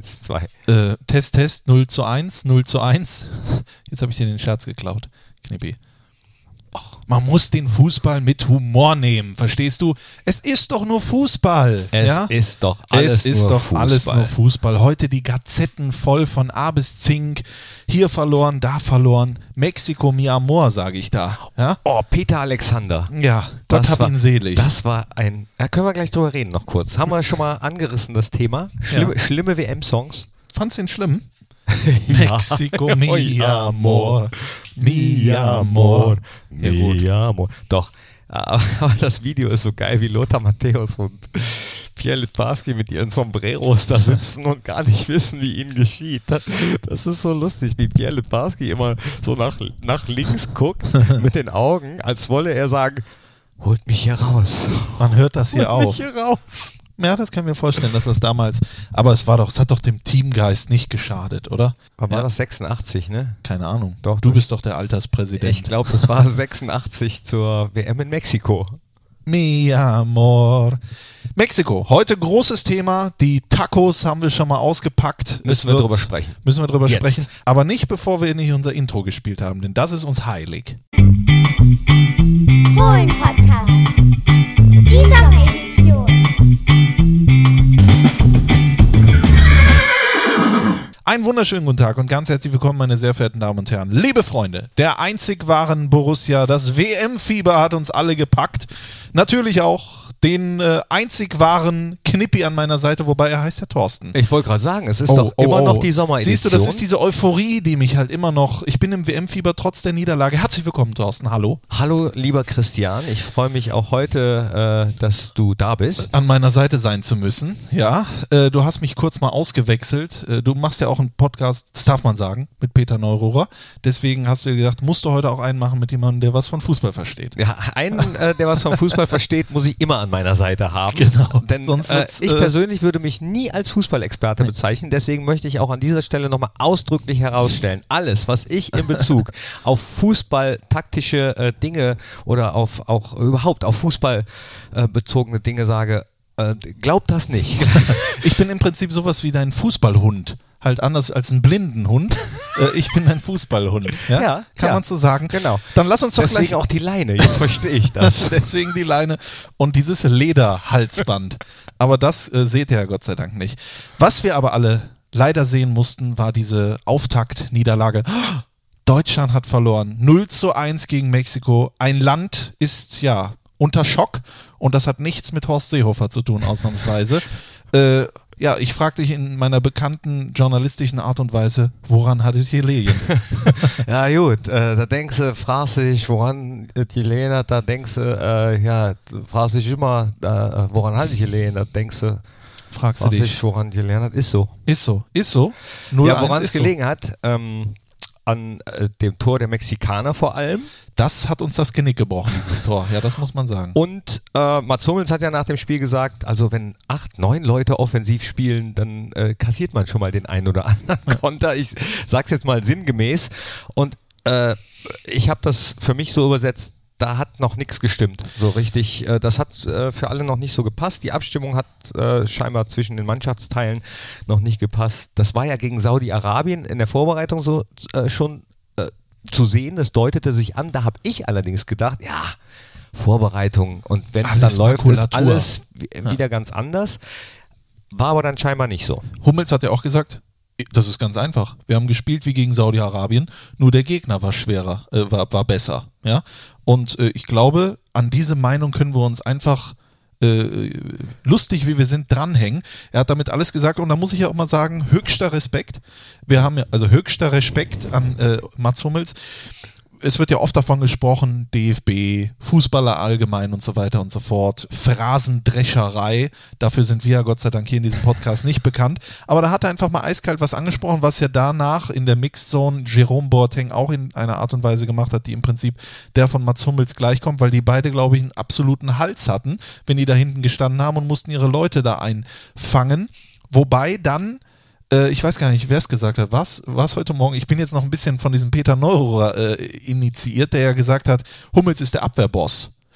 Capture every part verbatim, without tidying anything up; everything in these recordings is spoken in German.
eins, zwei. Äh, Test, Test, null zu eins, null zu eins. Jetzt habe ich dir den Scherz geklaut, Knippi. Och, man muss den Fußball mit Humor nehmen, verstehst du? Es ist doch nur Fußball. Es ja? ist doch alles es ist nur doch Fußball. alles nur Fußball. Heute die Gazetten voll von A bis Zink. Hier verloren, da verloren. Mexiko, mi amor, sage ich da. Ja? Oh, Peter Alexander. Ja, Gott Das hab war- ihn selig. Das war ein, da können wir gleich drüber reden noch kurz. Haben wir schon mal angerissen, das Thema. Schlimme, Ja. schlimme W M-Songs. Fandst du ihn schlimm? Ja. Mexiko, mi Mi amor, mi amor. Ja, gut. Mi amor. Doch, aber aber das Video ist so geil, wie Lothar Matthäus und Pierre Littbarski mit ihren Sombreros da sitzen und gar nicht wissen, wie ihnen geschieht. Das, das ist so lustig, wie Pierre Littbarski immer so nach, nach links guckt mit den Augen, als wolle er sagen, holt mich hier raus. Man hört das hier Holt auf. mich hier raus. Ja, das kann ich mir vorstellen, dass das damals, aber es war doch, es hat doch dem Teamgeist nicht geschadet, oder? Aber war Ja. das sechsundachtzig, ne? Keine Ahnung. Doch, du das- bist doch der Alterspräsident. Ich glaube, das war sechsundachtzig zur W M in Mexiko. Mi amor. Mexiko, heute großes Thema. Die Tacos haben wir schon mal ausgepackt. Müssen Es wir wird- drüber sprechen. Müssen wir drüber Jetzt. sprechen. Aber nicht, bevor wir nicht unser Intro gespielt haben, denn das ist uns heilig. Fohlen-Podcast. Die Sommeredition. Einen wunderschönen guten Tag und ganz herzlich willkommen, meine sehr verehrten Damen und Herren. Liebe Freunde, der einzig wahren Borussia, das W M-Fieber hat uns alle gepackt. Natürlich auch den äh, einzig wahren Knippi an meiner Seite, wobei er heißt ja Thorsten. Ich wollte gerade sagen, es ist Oh, doch oh, immer oh. noch die Sommeredition. Siehst du, das ist diese Euphorie, die mich halt immer noch, ich bin im W M-Fieber trotz der Niederlage. Herzlich willkommen, Thorsten, hallo. Hallo, lieber Christian. Ich freue mich auch heute, äh, dass du da bist. An meiner Seite sein zu müssen, ja. Äh, du hast mich kurz mal ausgewechselt. Äh, du machst ja auch einen Podcast, das darf man sagen, mit Peter Neururer. Deswegen hast du dir gedacht, musst du heute auch einen machen mit jemandem, der was von Fußball versteht. Ja, einen, äh, der was vom Fußball versteht, muss ich immer an meiner Seite haben. Genau. Denn Sonst äh, wird's, ich äh, persönlich würde mich nie als Fußballexperte bezeichnen. Deswegen möchte ich auch an dieser Stelle nochmal ausdrücklich herausstellen, alles, was ich in Bezug auf fußballtaktische äh, Dinge oder auf auch überhaupt auf Fußball äh, bezogene Dinge sage, äh, glaubt das nicht. Ich bin im Prinzip sowas wie dein Fußballhund. Halt anders als ein Blindenhund. äh, ich bin ein Fußballhund. Ja? Ja, Kann ja. man so sagen. Genau. Dann lass uns doch Deswegen gleich... auch die Leine, jetzt verstehe ich das. Deswegen die Leine und dieses Lederhalsband. Aber das äh, seht ihr ja Gott sei Dank nicht. Was wir aber alle leider sehen mussten, war diese Auftaktniederlage. Deutschland hat verloren. null zu eins gegen Mexiko. Ein Land ist ja unter Schock und das hat nichts mit Horst Seehofer zu tun, ausnahmsweise. äh, ja, ich frage dich in meiner bekannten journalistischen Art und Weise, woran hattet ihr gelegen? Ja gut, äh, da denkst du, fragst du dich, woran äh, die Lehne, da denkst du, äh, ja, du fragst dich immer, äh, woran hatte ich gelegen, da denkst du, Fragst du fragst dich. dich, woran die Lehne hat, ist so. Ist so, ist so. null Ja, eins woran es ist so. gelegen hat, ähm, an äh, dem Tor der Mexikaner vor allem. Das hat uns das Genick gebrochen, dieses Tor. Ja, das muss man sagen. Und äh, Mats Hummels hat ja nach dem Spiel gesagt, also wenn acht, neun Leute offensiv spielen, dann äh, kassiert man schon mal den einen oder anderen Konter. Ich sag's jetzt mal sinngemäß. Und äh, ich habe das für mich so übersetzt, da hat noch nichts gestimmt, so richtig. Äh, das hat äh, für alle noch nicht so gepasst. Die Abstimmung hat äh, scheinbar zwischen den Mannschaftsteilen noch nicht gepasst. Das war ja gegen Saudi-Arabien in der Vorbereitung so äh, schon äh, zu sehen. Das deutete sich an. Da habe ich allerdings gedacht, ja, Vorbereitung und wenn es dann Alles läuft, ist Makulatur. alles w- wieder ganz anders. War aber dann scheinbar nicht so. Hummels hat ja auch gesagt, das ist ganz einfach. Wir haben gespielt wie gegen Saudi-Arabien, nur der Gegner war schwerer, äh, war, war besser. Ja? Und äh, ich glaube, an diese Meinung können wir uns einfach äh, lustig, wie wir sind, dranhängen. Er hat damit alles gesagt und da muss ich ja auch mal sagen, höchster Respekt. Wir haben ja, also höchster Respekt an äh, Mats Hummels. Es wird ja oft davon gesprochen, D F B, Fußballer allgemein und so weiter und so fort, Phrasendrescherei, dafür sind wir ja Gott sei Dank hier in diesem Podcast nicht bekannt, aber da hat er einfach mal eiskalt was angesprochen, was ja danach in der Mixed Zone Jerome Boateng auch in einer Art und Weise gemacht hat, die im Prinzip der von Mats Hummels gleichkommt, weil die beide, glaube ich, einen absoluten Hals hatten, wenn die da hinten gestanden haben und mussten ihre Leute da einfangen, wobei dann ich weiß gar nicht, wer es gesagt hat. Was war es heute Morgen? Ich bin jetzt noch ein bisschen von diesem Peter Neururer äh, initiiert, der ja gesagt hat, Hummels ist der Abwehrboss.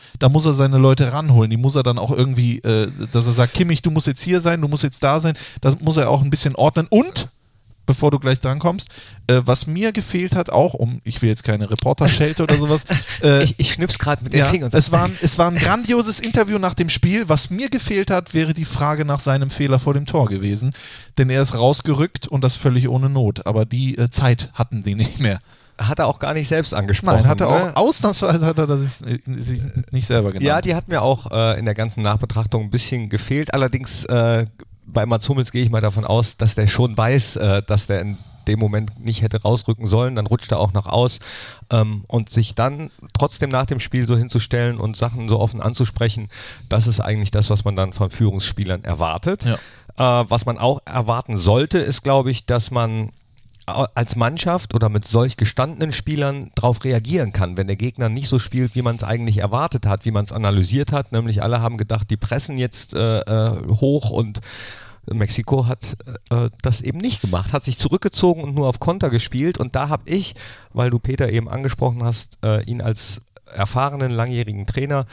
Da muss er seine Leute ranholen. Die muss er dann auch irgendwie, äh, dass er sagt, Kimmich, du musst jetzt hier sein, du musst jetzt da sein. Das muss er auch ein bisschen ordnen. Und, bevor du gleich dran kommst, äh, was mir gefehlt hat, auch um, ich will jetzt keine Reporter-Schelte oder sowas. Äh, ich, ich schnips gerade mit den ja, Fingern. es war, ein, es war ein grandioses Interview nach dem Spiel. Was mir gefehlt hat, wäre die Frage nach seinem Fehler vor dem Tor gewesen. Denn er ist rausgerückt und das völlig ohne Not. Aber die äh, Zeit hatten die nicht mehr. Hat er auch gar nicht selbst angesprochen. Nein, hat er ne? auch, ausnahmsweise hat er das sich, sich nicht selber genannt. Ja, die hat mir auch äh, in der ganzen Nachbetrachtung ein bisschen gefehlt. Allerdings äh, bei Mats Hummels gehe ich mal davon aus, dass der schon weiß, äh, dass der in dem Moment nicht hätte rausrücken sollen. Dann rutscht er auch noch aus. Ähm, und sich dann trotzdem nach dem Spiel so hinzustellen und Sachen so offen anzusprechen, das ist eigentlich das, was man dann von Führungsspielern erwartet. Ja. Äh, was man auch erwarten sollte, ist, glaube ich, dass man als Mannschaft oder mit solch gestandenen Spielern darauf reagieren kann, wenn der Gegner nicht so spielt, wie man es eigentlich erwartet hat, wie man es analysiert hat. Nämlich alle haben gedacht, die pressen jetzt äh, äh, hoch und Mexiko hat äh, das eben nicht gemacht, hat sich zurückgezogen und nur auf Konter gespielt. Und da habe ich, weil du Peter eben angesprochen hast, äh, ihn als erfahrenen, langjährigen Trainer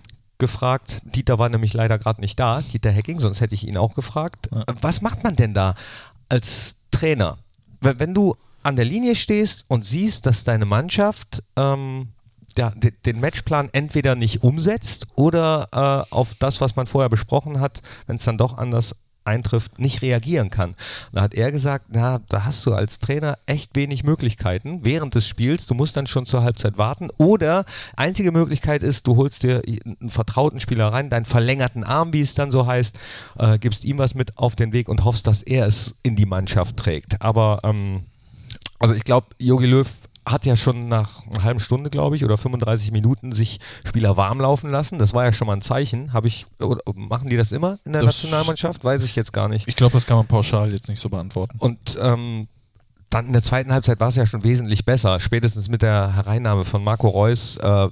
gefragt. Dieter war nämlich leider gerade nicht da, Dieter Hecking, sonst hätte ich ihn auch gefragt. Ja. Was macht man denn da als Trainer? Wenn du an der Linie stehst und siehst, dass deine Mannschaft ähm, ja, de, den Matchplan entweder nicht umsetzt oder äh, auf das, was man vorher besprochen hat, wenn es dann doch anders eintrifft, nicht reagieren kann. Da hat er gesagt, na, da hast du als Trainer echt wenig Möglichkeiten während des Spiels. Du musst dann schon zur Halbzeit warten. Oder einzige Möglichkeit ist, du holst dir einen vertrauten Spieler rein, deinen verlängerten Arm, wie es dann so heißt, äh, gibst ihm was mit auf den Weg und hoffst, dass er es in die Mannschaft trägt. Aber ähm, also ich glaube, Jogi Löw hat ja schon nach einer halben Stunde, glaube ich, oder fünfunddreißig Minuten sich Spieler warm laufen lassen. Das war ja schon mal ein Zeichen. Habe ich, oder machen die das immer in der Das- Nationalmannschaft? Weiß ich jetzt gar nicht. Ich glaube, das kann man pauschal jetzt nicht so beantworten. Und ähm, dann in der zweiten Halbzeit war es ja schon wesentlich besser. Spätestens mit der Hereinnahme von Marco Reus äh,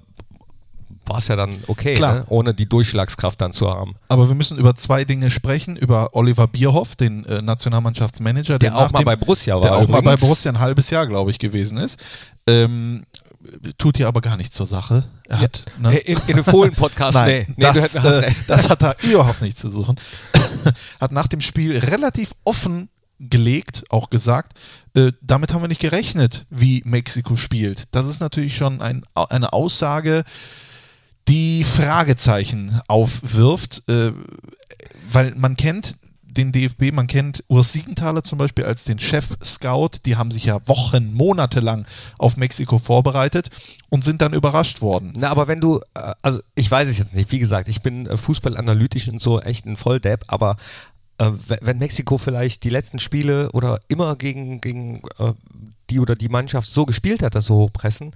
war es ja dann okay, Klar. ne? Ohne die Durchschlagskraft dann zu haben. Aber wir müssen über zwei Dinge sprechen. Über Oliver Bierhoff, den äh, Nationalmannschaftsmanager, Der auch nach mal dem, bei Borussia war. der auch mal bei übrigens. Borussia ein halbes Jahr, glaube ich, gewesen ist. Ähm, tut hier aber gar nichts zur Sache. Er hat, Ja. ne? In, in dem Fohlen-Podcast, Nein, nee, nee, du das, hast, hast äh, recht. das hat er überhaupt nicht zu suchen. Hat nach dem Spiel relativ offen gelegt, auch gesagt, äh, damit haben wir nicht gerechnet, wie Mexiko spielt. Das ist natürlich schon ein, eine Aussage, die Fragezeichen aufwirft, äh, weil man kennt den D F B, man kennt Urs Siegenthaler zum Beispiel als den Chef-Scout, die haben sich ja Wochen, Monate lang auf Mexiko vorbereitet und sind dann überrascht worden. Na, aber wenn du, äh, also ich weiß es jetzt nicht, wie gesagt, ich bin äh, fußballanalytisch und so echt ein Volldepp, aber äh, wenn, wenn Mexiko vielleicht die letzten Spiele oder immer gegen, gegen äh, die oder die Mannschaft so gespielt hat, dass sie hochpressen,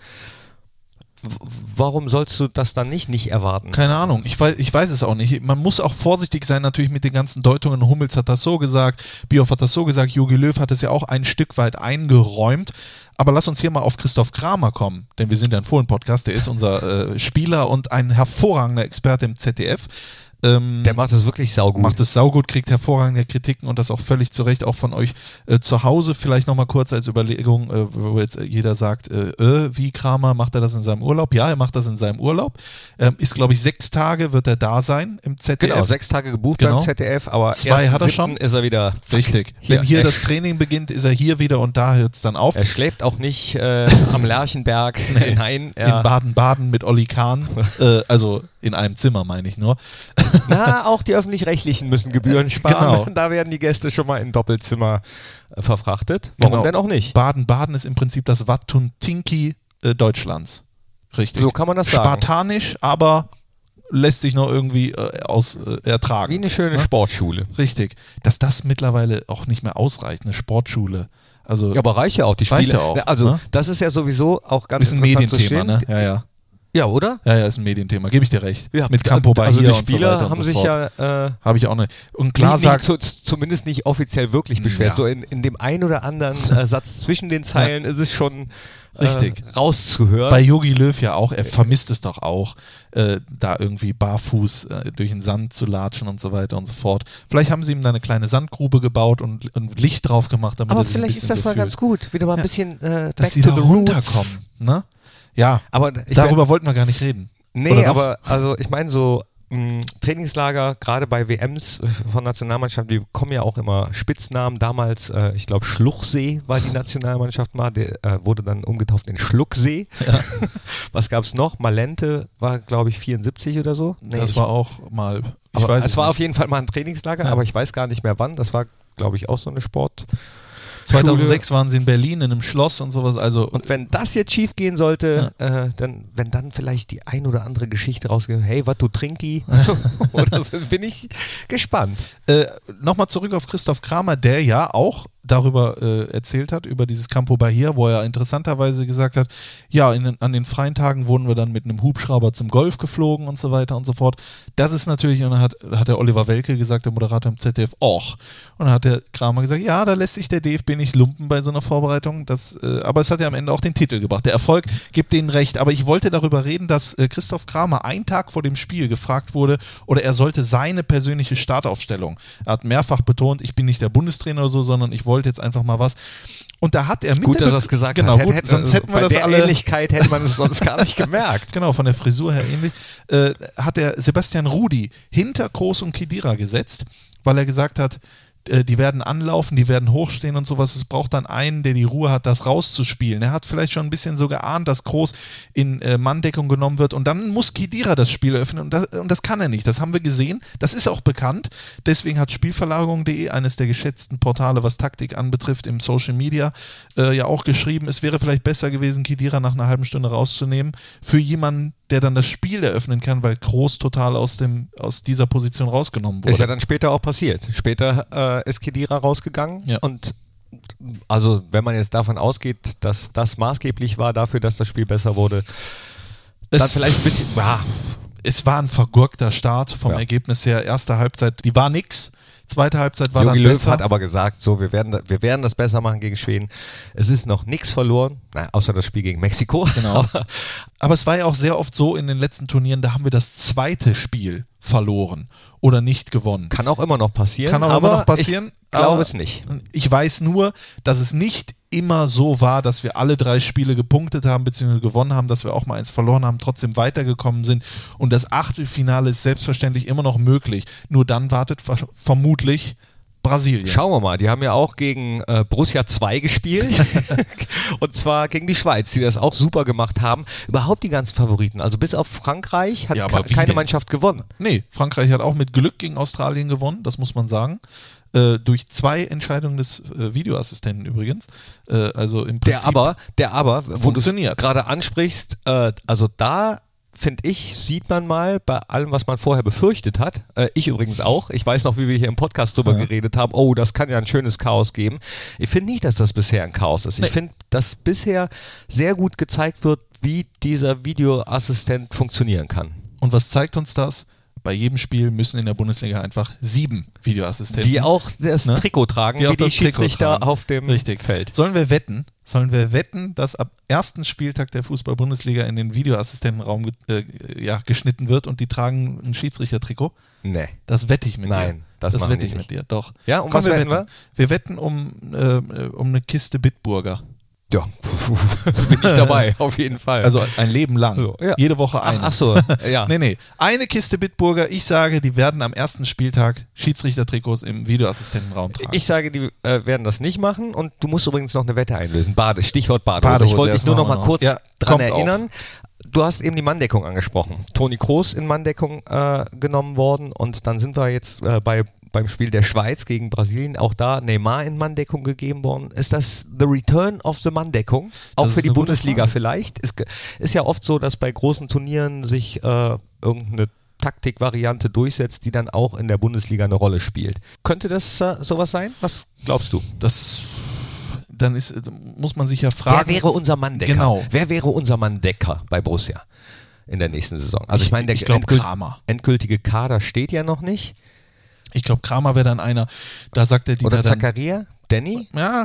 w- warum sollst du das dann nicht, nicht erwarten? Keine Ahnung, ich weiß, ich weiß es auch nicht. Man muss auch vorsichtig sein natürlich mit den ganzen Deutungen. Hummels hat das so gesagt, Bierhoff hat das so gesagt, Jogi Löw hat es ja auch ein Stück weit eingeräumt. Aber lass uns hier mal auf Christoph Kramer kommen, denn wir sind ja ein Fohlen-Podcast, der ist unser äh, Spieler und ein hervorragender Experte im Z D F. Ähm, Der macht das wirklich saugut. Macht es saugut, kriegt hervorragende Kritiken und das auch völlig zu Recht, auch von euch äh, zu Hause. Vielleicht nochmal kurz als Überlegung, äh, wo jetzt jeder sagt, äh, äh, wie Kramer, macht er das in seinem Urlaub? Ja, er macht das in seinem Urlaub. Ähm, ist, glaube ich, sechs Tage wird er da sein im Z D F. Genau, sechs Tage gebucht Genau. beim Z D F, aber Zwei erst hat er am schon. siebten ist er wieder. Richtig. Hier. Wenn hier Er- das Training beginnt, ist er hier wieder und da hört es dann auf. Er schläft auch nicht äh, am Lerchenberg. Nein, er, In Baden-Baden mit Olli Kahn. äh, also in einem Zimmer, meine ich nur. na, auch die Öffentlich-Rechtlichen müssen Gebühren sparen. Genau. Da werden die Gäste schon mal in Doppelzimmer äh, verfrachtet. Warum Genau. denn auch nicht? Baden-Baden ist im Prinzip das Watuntinki äh, Deutschlands. Richtig. So kann man das sagen. Spartanisch, aber lässt sich noch irgendwie äh, aus, äh, ertragen. Wie eine schöne Ne? Sportschule. Richtig. Dass das mittlerweile auch nicht mehr ausreicht, eine Sportschule. Also Ja, aber reicht ja auch die Reicht Spiele. ja auch, Also ne? das ist ja sowieso auch ganz ist ein interessant Medienthema, zu ne? sehen. Ja, ja. Ja, oder? Ja, ja, ist ein Medienthema. Gebe ich dir recht. Ja, Mit Campo Bahia also die und so Spieler weiter und haben so sich fort. ja äh, Habe ich auch nicht. Und klar nicht, sagt, nicht, zu, zumindest nicht offiziell wirklich beschwert. Ja. So in, in dem ein oder anderen äh, Satz zwischen den Zeilen ist es schon äh, Richtig. rauszuhören. bei Jogi Löw ja auch, er vermisst es doch auch, äh, da irgendwie barfuß äh, durch den Sand zu latschen und so weiter und so fort. Vielleicht haben sie ihm da eine kleine Sandgrube gebaut und, und Licht drauf gemacht, damit aber er sich ein vielleicht bisschen ist das so mal fühlt. ganz gut. Wieder mal ein Ja. bisschen äh, Dass back sie to da the roots. runterkommen. Ne? Ja, Aber ich darüber wollten wir gar nicht reden. Nee, Oder doch? aber also ich meine so mh, Trainingslager, gerade bei W Ms von Nationalmannschaften, die bekommen ja auch immer Spitznamen. Damals, äh, ich glaube Schluchsee war die Nationalmannschaft mal, der äh, wurde dann umgetauft in Schlucksee. Ja. Was gab es noch? Malente war glaube ich vierundsiebzig oder so. Nee, das ich- war auch mal, ich aber weiß es war nicht. auf jeden Fall mal ein Trainingslager, Ja. aber ich weiß gar nicht mehr wann. Das war glaube ich auch so eine Sport. zweitausendsechs waren sie in Berlin in einem Schloss und sowas, also Und wenn das jetzt schief gehen sollte, äh, dann, wenn dann vielleicht die ein oder andere Geschichte rausgeht, hey, was du trinki? Oder so, bin ich gespannt. Äh, Nochmal zurück auf Christoph Kramer, der ja auch darüber äh, erzählt hat, über dieses Campo Bahia, wo er interessanterweise gesagt hat, ja, in, an den freien Tagen wurden wir dann mit einem Hubschrauber zum Golf geflogen und so weiter und so fort. Das ist natürlich, und dann hat, hat der Oliver Welke gesagt, der Moderator im Z D F, auch. Und dann hat der Kramer gesagt, ja, da lässt sich der D F B nicht lumpen bei so einer Vorbereitung, das, äh, aber es hat ja am Ende auch den Titel gebracht. Der Erfolg gibt denen recht, aber ich wollte darüber reden, dass äh, Christoph Kramer einen Tag vor dem Spiel gefragt wurde, oder er sollte seine persönliche Startaufstellung, er hat mehrfach betont, ich bin nicht der Bundestrainer oder so, sondern ich wollte jetzt einfach mal was. Und da hat er mit Gut, der dass Be- er es gesagt genau, hat. gut, Hätte- sonst also hätten wir bei das der alle. Ähnlichkeit hätte man es sonst gar nicht gemerkt. Genau, von der Frisur her ähnlich, äh, hat er Sebastian Rudi hinter Kroos und Khedira gesetzt, weil er gesagt hat, äh, die werden anlaufen, die werden hochstehen und sowas. Es braucht dann einen, der die Ruhe hat, das rauszuspielen. Er hat vielleicht schon ein bisschen so geahnt, dass Kroos in äh, Manndeckung genommen wird und dann muss Khedira das Spiel öffnen und das, und das kann er nicht. Das haben wir gesehen. Das ist auch bekannt. Deswegen hat Spielverlagerung punkt de, eines der geschätzten Portale, was Taktik anbetrifft, im Social Media, äh, ja auch geschrieben, es wäre vielleicht besser gewesen, Khedira nach einer halben Stunde rauszunehmen, für jemanden, der dann das Spiel eröffnen kann, weil Kroos total aus, dem, aus dieser Position rausgenommen wurde. Ist ja dann später auch passiert. Später äh, ist Khedira rausgegangen Ja. und also wenn man jetzt davon ausgeht, dass das maßgeblich war dafür, dass das Spiel besser wurde, dann es, vielleicht ein bisschen, ja, es war ein vergurkter Start vom Ja. Ergebnis her. Erste Halbzeit, die war nix. Zweite Halbzeit war Jogi dann Löw besser. hat aber gesagt, so, wir werden, wir werden das besser machen gegen Schweden. Es ist noch nichts verloren, na, außer das Spiel gegen Mexiko. Genau. Aber Aber es war ja auch sehr oft so in den letzten Turnieren, da haben wir das zweite Spiel verloren oder nicht gewonnen. kann auch immer noch passieren. Kann auch aber immer noch passieren. Ich glaube aber es nicht. Ich weiß nur, dass es nicht immer so war, dass wir alle drei Spiele gepunktet haben bzw. gewonnen haben, dass wir auch mal eins verloren haben, trotzdem weitergekommen sind. Und das Achtelfinale ist selbstverständlich immer noch möglich. Nur dann wartet ver- vermutlich Brasilien. Schauen wir mal, die haben ja auch gegen äh, Borussia zwei gespielt und zwar gegen die Schweiz, die das auch super gemacht haben. Überhaupt die ganzen Favoriten, also bis auf Frankreich hat Ja, aber ke- wie keine denn? Mannschaft gewonnen. Nee, Frankreich hat auch mit Glück gegen Australien gewonnen, das muss man sagen. Äh, durch zwei Entscheidungen des äh, Videoassistenten übrigens. Äh, also im Prinzip Der aber, der aber, wo du funktioniert. gerade ansprichst, äh, also da finde ich, sieht man mal bei allem, was man vorher befürchtet hat, äh, ich übrigens auch, ich weiß noch, wie wir hier im Podcast drüber Ja. geredet haben, oh, das kann ja ein schönes Chaos geben. Ich finde nicht, dass das bisher ein Chaos ist. Nee. Ich finde, dass bisher sehr gut gezeigt wird, wie dieser Videoassistent funktionieren kann. Und was zeigt uns das? Bei jedem Spiel müssen in der Bundesliga einfach sieben Videoassistenten. Die auch das Ne? Trikot tragen, Die auch wie die das Trikot Schiedsrichter tragen. auf dem Richtig. Feld. Sollen wir wetten? Sollen wir wetten, dass ab ersten Spieltag der Fußball-Bundesliga in den Videoassistentenraum ge äh, ja, geschnitten wird und die tragen ein Schiedsrichtertrikot? Nee. Das wette ich mit dir. Nein, das machen wette die ich nicht. mit dir, doch. Ja, um Komm, was wir wetten wetten? Wir wetten um, äh, um eine Kiste Bitburger. Ja, bin ich dabei, auf jeden Fall. Also ein Leben lang. So, ja. Jede Woche ach, eine. ach so, ja. Nee, nee. Eine Kiste Bitburger. Ich sage, die werden am ersten Spieltag Schiedsrichtertrikots im Videoassistentenraum tragen. Ich sage, die äh, werden das nicht machen und du musst übrigens noch eine Wette einlösen. Bade, Stichwort Badehose. Badehose, Ich wollte dich das nur noch machen wir mal noch. kurz Ja, dran kommt erinnern. Du hast eben die Manndeckung angesprochen. Toni Kroos in Manndeckung äh, genommen worden und dann sind wir jetzt äh, bei beim Spiel der Schweiz gegen Brasilien, auch da Neymar in Manndeckung gegeben worden. Ist das the return of the Manndeckung? Auch Das für ist die eine gute Bundesliga Frage. vielleicht? Ist, ge- ist ja oft so, dass bei großen Turnieren sich äh, irgendeine Taktikvariante durchsetzt, die dann auch in der Bundesliga eine Rolle spielt. Könnte das äh, sowas sein? Was glaubst du? Das, dann ist, muss man sich ja fragen. Wer wäre unser Manndecker? Genau. Wer wäre unser Manndecker bei Borussia in der nächsten Saison? Also ich, Ich- meine, der ich glaub, endgült- Kramer. endgültige Kader steht ja noch nicht. Ich glaube, Kramer wäre dann einer, da sagt der Dieter Oder dann, Zakaria? Danny? ja,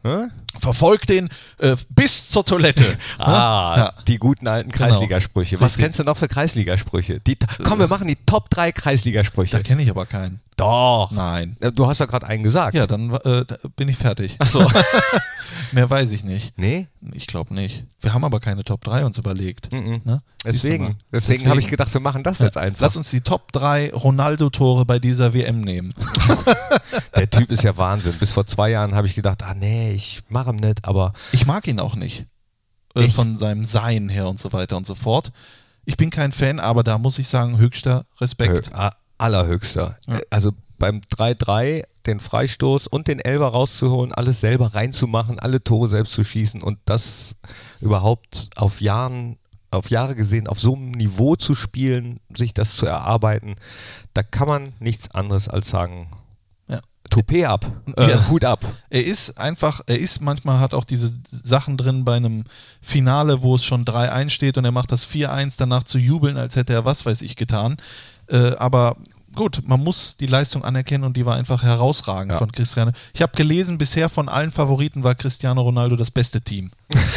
Hm? Verfolg den äh, bis zur Toilette. Ah, ja. die guten alten Genau. Kreisligasprüche. Was Richtig. kennst du noch für Kreisligasprüche? Die, komm, wir machen die Top drei Kreisligasprüche. Da kenne ich aber keinen. Doch. Nein. Du hast ja gerade einen gesagt. Ja, dann äh, da bin ich fertig. Ach so. Mehr weiß ich nicht. Nee? Ich glaube nicht. Wir haben aber keine Top drei uns überlegt. Mhm. Ne? Siehst du mal. Deswegen, deswegen habe ich gedacht, wir machen das jetzt einfach. Lass uns die Top drei Ronaldo-Tore bei dieser W M nehmen. Der Typ ist ja Wahnsinn. Bis vor zwei Jahren habe ich gedacht, ah nee, ich mache ihn nicht, aber Ich mag ihn auch nicht. Äh, Ich- von seinem Sein her und so weiter und so fort. Ich bin kein Fan, aber da muss ich sagen, höchster Respekt. äh, allerhöchster. Ja. Also beim drei drei den Freistoß und den Elfer rauszuholen, alles selber reinzumachen, alle Tore selbst zu schießen und das überhaupt auf Jahren, auf Jahre gesehen, auf so einem Niveau zu spielen, sich das zu erarbeiten, da kann man nichts anderes als sagen, Ja. Toupet ab, äh, Ja. Hut ab. Er ist einfach, er ist manchmal hat auch diese Sachen drin bei einem Finale, wo es schon drei eins steht und er macht das vier eins, danach zu jubeln, als hätte er was weiß ich getan. Äh, aber gut, man muss die Leistung anerkennen und die war einfach herausragend Ja. von Cristiano. Ich habe gelesen, bisher von allen Favoriten war Cristiano Ronaldo das beste Team.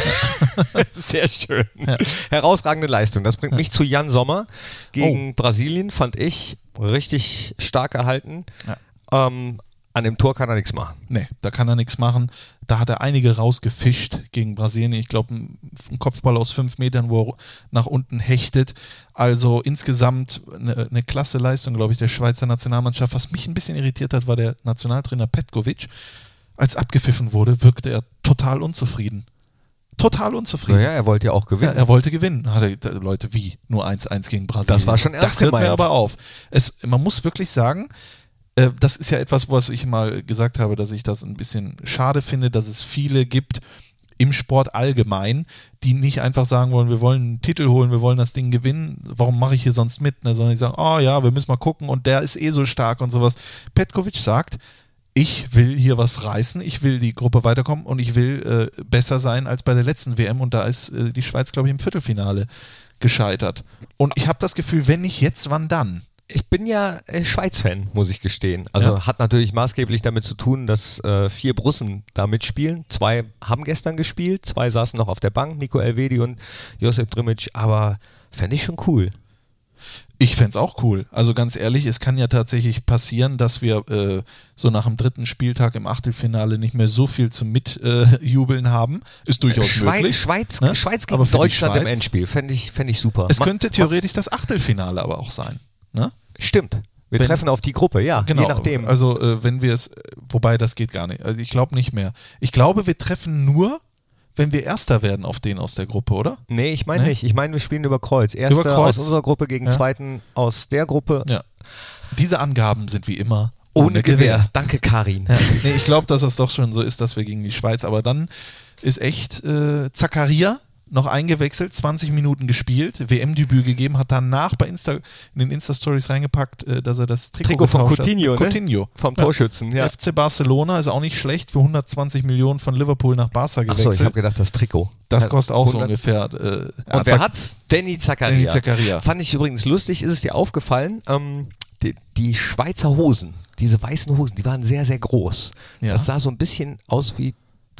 Sehr schön. Herausragende Leistung. Das bringt mich zu Jan Sommer gegen Brasilien, fand ich richtig stark gehalten. Ja. Ähm, an dem Tor kann er nichts machen. Nee, da kann er nichts machen. Da hat er einige rausgefischt gegen Brasilien. Ich glaube, ein, ein Kopfball aus fünf Metern, wo er nach unten hechtet. Also insgesamt eine, eine klasse Leistung, glaube ich, der Schweizer Nationalmannschaft. Was mich ein bisschen irritiert hat, war der Nationaltrainer Petkovic. Als abgepfiffen wurde, wirkte er total unzufrieden. Total unzufrieden. Naja, er wollte ja auch Ja, gewinnen. er wollte gewinnen. Hatte da- Leute wie nur eins eins gegen Brasilien. Das war schon ernst Das hört mir gemeint. aber auf. Es, man muss wirklich sagen, äh, das ist ja etwas, was ich mal gesagt habe, dass ich das ein bisschen schade finde, dass es viele gibt im Sport allgemein, die nicht einfach sagen wollen, wir wollen einen Titel holen, wir wollen das Ding gewinnen, warum mache ich hier sonst mit? Ne? Sondern die sagen, oh ja, wir müssen mal gucken und der ist eh so stark und sowas. Petkovic sagt, ich will hier was reißen, ich will die Gruppe weiterkommen und ich will äh, besser sein als bei der letzten W M und da ist äh, die Schweiz, glaube ich, im Viertelfinale gescheitert. Und ich habe das Gefühl, wenn nicht jetzt, wann dann? Ich bin ja äh, Schweiz-Fan, muss ich gestehen. Also Ja. hat natürlich maßgeblich damit zu tun, dass äh, vier Brussen da mitspielen. Zwei haben gestern gespielt, zwei saßen noch auf der Bank, Nico Elvedi und Josip Drmic, aber fände ich schon cool. Ich fände es auch cool. Also ganz ehrlich, es kann ja tatsächlich passieren, dass wir äh, so nach dem dritten Spieltag im Achtelfinale nicht mehr so viel zum Mitjubeln äh, haben. Ist durchaus Schweiz, möglich. Schweiz, ne? Schweiz Aber gegen für die Deutschland im Schweiz- Endspiel, fände ich, fänd ich super. Es Ma- könnte theoretisch das Achtelfinale aber auch sein. Ne? Stimmt. Wir Wenn- treffen auf die Gruppe, ja, Genau, je nachdem. also äh, wenn wir es, wobei das geht gar nicht, also ich glaube nicht mehr. Ich glaube, wir treffen nur, wenn wir Erster werden auf den aus der Gruppe, oder? Nee, ich meine Nee? nicht. Ich meine, wir spielen über Kreuz. Erster Über Kreuz. aus unserer Gruppe gegen Ja. Zweiten aus der Gruppe. Ja. Diese Angaben sind wie immer Ohne, Gewehr. Danke, Karin. Ja. Nee, ich glaube, dass das doch schon so ist, dass wir gegen die Schweiz, aber dann ist echt äh, Zakaria noch eingewechselt, zwanzig Minuten gespielt, W M-Debüt gegeben, hat danach bei Insta, in den Insta-Stories reingepackt, äh, dass er das Trikot, Trikot von getauscht Coutinho, hat. ne? Coutinho. Vom Ja. Torschützen, ja. F C Barcelona ist auch nicht schlecht, für hundertzwanzig Millionen von Liverpool nach Barca Achso, gewechselt. ich habe gedacht, das Trikot. Das Ja, kostet auch so hundert ungefähr. Äh, Und wer hat's? Danny Zakaria. Danny Zakaria. Fand ich übrigens lustig, ist es dir aufgefallen, ähm, die, die Schweizer Hosen, diese weißen Hosen, die waren sehr, sehr groß. Ja. Das sah so ein bisschen aus wie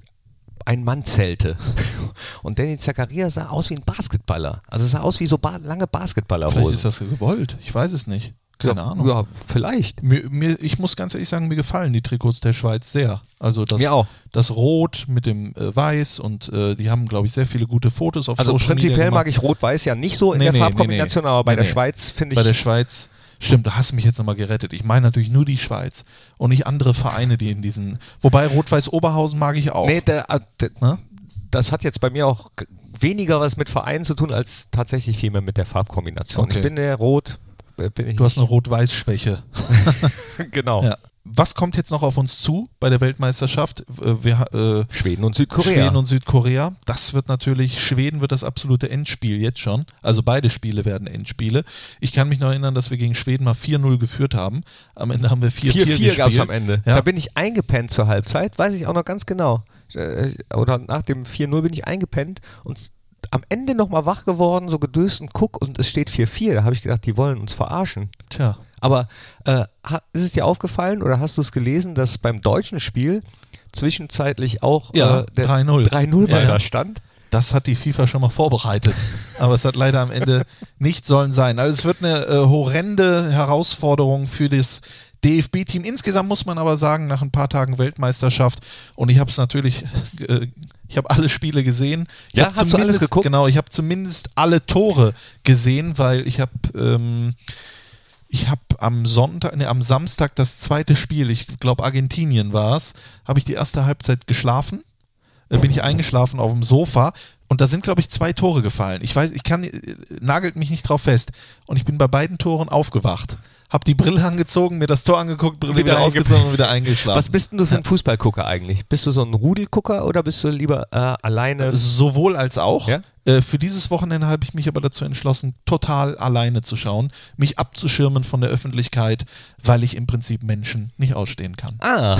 ein Mann zählte. Und Danny Zakaria sah aus wie ein Basketballer. Also sah aus wie so ba lange Vielleicht Basketballerhosen. ist das gewollt, ich weiß es nicht. Keine ja, Ahnung. Ja, vielleicht. Mir, mir, ich muss ganz ehrlich sagen, mir gefallen die Trikots der Schweiz sehr. Also das, Mir auch. das Rot mit dem äh, Weiß und äh, die haben, glaube ich, sehr viele gute Fotos auf Also Social Media prinzipiell gemacht. mag ich Rot-Weiß ja nicht so in Nee, der nee, Farbkombination, nee, nee. aber bei Nee, der nee. Schweiz finde ich... Bei der Schweiz, stimmt, da hast du mich jetzt nochmal gerettet. Ich meine natürlich nur die Schweiz und nicht andere Vereine, die in diesen... Wobei Rot-Weiß Oberhausen mag ich auch. Nee, der, äh, der, Ne? das hat jetzt bei mir auch g- weniger was mit Vereinen zu tun, als tatsächlich viel mehr mit der Farbkombination. Okay. Ich bin der Rot... äh, Bin ich Du hast eine Rot-Weiß-Schwäche. genau. Ja. Was kommt jetzt noch auf uns zu bei der Weltmeisterschaft? Äh, Wir, äh, Schweden und Südkorea. Schweden und Südkorea. Das wird natürlich, Schweden wird das absolute Endspiel jetzt schon. Also beide Spiele werden Endspiele. Ich kann mich noch erinnern, dass wir gegen Schweden mal vier null geführt haben. Am Ende haben wir vier vier gespielt. gab es am Ende. Ja. Da bin ich eingepennt zur Halbzeit, weiß ich auch noch ganz genau. Äh, Oder nach dem vier null bin ich eingepennt und am Ende nochmal wach geworden, so gedöst und guck und es steht vier vier. Da habe ich gedacht, die wollen uns verarschen. Tja. Aber äh, ha- ist es dir aufgefallen oder hast du es gelesen, dass beim deutschen Spiel zwischenzeitlich auch Ja, äh, der drei null. drei null Ja, bei ja. da stand. Das hat die FIFA schon mal vorbereitet. Aber es hat leider am Ende nicht sollen sein. Also es wird eine äh, horrende Herausforderung für das D F B-Team. Insgesamt muss man aber sagen, nach ein paar Tagen Weltmeisterschaft, und ich habe es natürlich, äh, ich habe alle Spiele gesehen. Ich Ja, hab hast du alles zumindest- geguckt? Genau, ich habe zumindest alle Tore gesehen, weil ich habe ähm, ich habe am Sonntag, ne, am Samstag das zweite Spiel, ich glaube Argentinien war es, habe ich die erste Halbzeit geschlafen. Äh, bin ich eingeschlafen auf dem Sofa und da sind, glaube ich, zwei Tore gefallen. Ich weiß, ich kann, äh, nagelt mich nicht drauf fest. Und ich bin bei beiden Toren aufgewacht. Hab die Brille angezogen, mir das Tor angeguckt, Brille wieder, Wieder ausgezogen und wieder eingeschlafen. Was bist denn du für ein Fußballgucker eigentlich? Bist du so ein Rudelgucker oder bist du lieber äh, alleine? Sowohl als auch. Ja? Äh, für dieses Wochenende habe ich mich aber dazu entschlossen, total alleine zu schauen, mich abzuschirmen von der Öffentlichkeit, weil ich im Prinzip Menschen nicht ausstehen kann. Ah,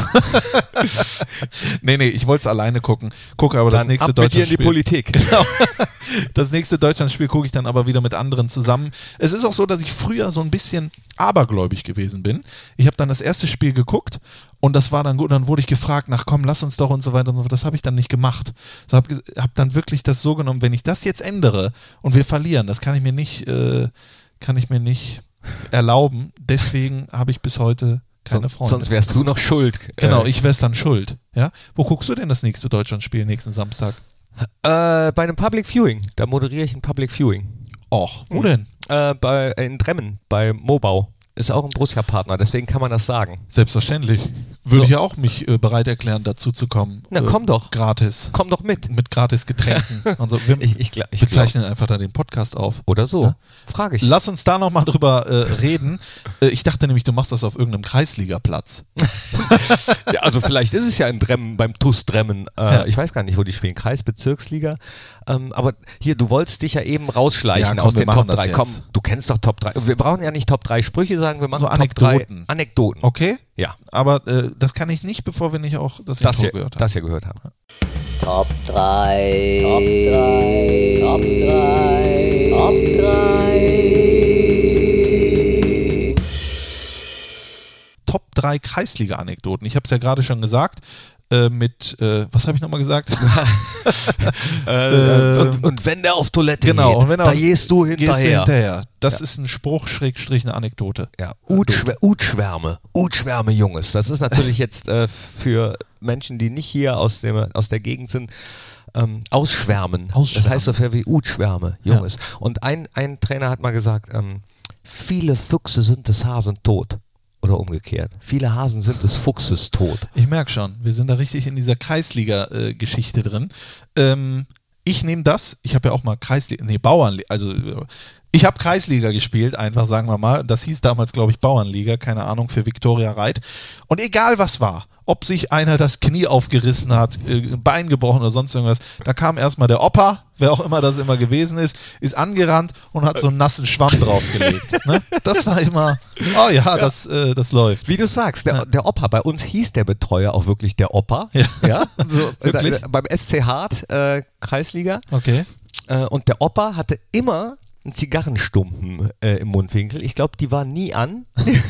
Nee, nee, ich wollte es alleine gucken. Gucke aber das dann nächste ab mit dir in die Deutschlandspiel. Politik. Genau. Das nächste Deutschlandspiel gucke ich dann aber wieder mit anderen zusammen. Es ist auch so, dass ich früher so ein bisschen abergläubig gewesen bin. Ich habe dann das erste Spiel geguckt und das war dann gut. Und dann wurde ich gefragt, nach komm, lass uns doch und so weiter und so fort. Das habe ich dann nicht gemacht. Ich habe hab dann wirklich das so genommen, wenn ich das jetzt ändere und wir verlieren, das kann ich mir nicht, äh, kann ich mir nicht erlauben. Deswegen habe ich bis heute keine Son- Freunde. Sonst wärst du noch schuld. Genau, Äh, ich wäre dann schuld. Ja? Wo guckst du denn das nächste Deutschlandspiel nächsten Samstag? Äh, bei einem Public Viewing. Da moderiere ich ein Public Viewing. Och, wo Hm. denn? Äh, bei, in Dremmen, bei Mobau. Ist auch ein Borussia-Partner, deswegen kann man das sagen. Selbstverständlich. Würde So. ich ja auch mich äh, bereit erklären, dazu zu kommen. Na, Äh, komm doch. Gratis. Komm doch mit. Mit gratis Getränken. Also wir Ich, ich, gla- ich bezeichnen einfach dann den Podcast auf. glaub- Oder so. Ja? Frage ich. Lass uns da nochmal drüber äh, reden. Äh, ich dachte nämlich, du machst das auf irgendeinem Kreisligaplatz. Ja, also vielleicht ist es ja in Dremmen, beim T U S Dremmen. Äh, Ja. Ich weiß gar nicht, wo die spielen. Kreisbezirksliga. Ähm, aber hier, du wolltest dich ja eben rausschleichen Ja, komm, aus wir den machen Top das drei. jetzt. Komm, du kennst doch Top drei. Wir brauchen ja nicht Top drei Sprüche sagen, wir machen So Top Anekdoten. drei Anekdoten. Okay? Ja, Aber äh, das kann ich nicht, bevor wir nicht auch das, das Intro hier, gehört haben. das hier gehört haben. Top drei. Top drei. Top drei. Top drei. Top drei Kreisliga-Anekdoten. Ich habe es ja gerade schon gesagt. Äh, mit, äh, was habe ich nochmal gesagt? Äh, und, und wenn der auf Toilette Genau, geht, und wenn er da auf- gehst du Gehst du hinterher. hinterher. Das Ja. ist ein Spruch, Schrägstrich, eine Anekdote. Ja, Utschwär- Utschwärme, Utschwärme, Junges. Das ist natürlich jetzt äh, für Menschen, die nicht hier aus, dem, aus der Gegend sind, ähm, ausschwärmen. Ausschwärmen. Das heißt so viel wie Utschwärme, Junges. Und ein, ein Trainer hat mal gesagt, ähm, viele Füchse sind des Hasen tot. Oder umgekehrt. Viele Hasen sind des Fuchses tot. Ich merke schon, wir sind da richtig in dieser Kreisliga-Geschichte drin. Ähm, ich nehme das, ich habe ja auch mal Kreisliga, nee, Bauernliga, also äh, ich habe Kreisliga gespielt, einfach sagen wir mal. Das hieß damals, glaube ich, Bauernliga, keine Ahnung, für Viktoria Reit. Und egal was war, ob sich einer das Knie aufgerissen hat, äh, Bein gebrochen oder sonst irgendwas, da kam erstmal der Opa, wer auch immer das immer gewesen ist, ist angerannt und hat so einen nassen Schwamm draufgelegt. Ne? Das war immer, oh ja, Das, äh, das läuft. Wie du sagst, der, der Opa, bei uns hieß der Betreuer auch wirklich der Opa. Ja. Ja? So, Wirklich? da, beim S C Hart, äh, Kreisliga. Okay. Äh, und der Opa hatte immer einen Zigarrenstumpen äh, im Mundwinkel. Ich glaube, die waren nie an.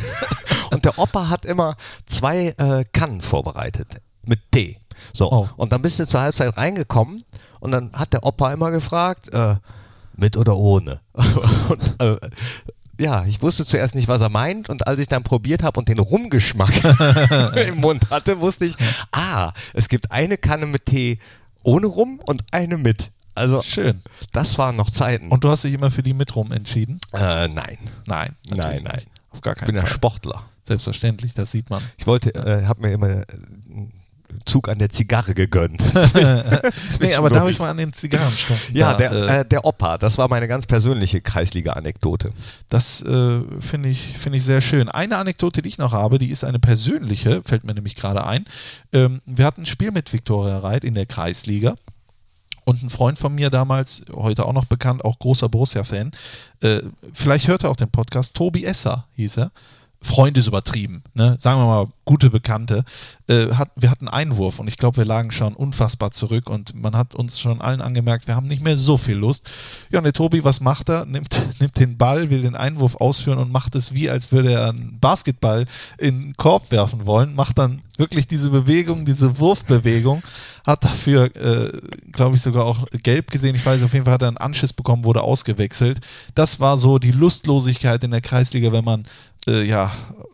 Und der Opa hat immer zwei äh, Kannen vorbereitet mit Tee. So, Oh. und dann bist du zur Halbzeit reingekommen und dann hat der Opa immer gefragt, äh, mit oder ohne. Und äh, ja, ich wusste zuerst nicht, was er meint, und als ich dann probiert habe und den Rumgeschmack im Mund hatte, wusste ich, ah, es gibt eine Kanne mit Tee ohne Rum und eine mit. Also Schön. das waren noch Zeiten. Und du hast dich immer für die mit rum entschieden? äh, nein, Nein. nein, natürlich nein. nicht. Auf gar Ich keinen bin ja Fall. Sportler. Selbstverständlich, das sieht man. Ich wollte, äh, habe mir immer äh, einen Zug an der Zigarre gegönnt. Nee, aber darf ich mal an den Zigarrenstumpen? Ja, da, der, äh, äh, der Opa, das war meine ganz persönliche Kreisliga-Anekdote. Das äh, finde ich, find ich sehr schön. Eine Anekdote, die ich noch habe, die ist eine persönliche, fällt mir nämlich gerade ein. Ähm, wir hatten ein Spiel mit Viktoria Reit in der Kreisliga. Und ein Freund von mir damals, heute auch noch bekannt, auch großer Borussia-Fan, äh, vielleicht hört er auch den Podcast, Tobi Esser hieß er. Freunde ist übertrieben, ne? Sagen wir mal gute Bekannte, äh, hat, wir hatten Einwurf und ich glaube, wir lagen schon unfassbar zurück und man hat uns schon allen angemerkt, wir haben nicht mehr so viel Lust. Ja, und der Tobi, was macht er? Nimmt, nimmt den Ball, will den Einwurf ausführen und macht es wie, als würde er einen Basketball in den Korb werfen wollen, macht dann wirklich diese Bewegung, diese Wurfbewegung, hat dafür, äh, glaube ich, sogar auch gelb gesehen, ich weiß, auf jeden Fall hat er einen Anschiss bekommen, wurde ausgewechselt. Das war so die Lustlosigkeit in der Kreisliga, wenn man Äh, ja,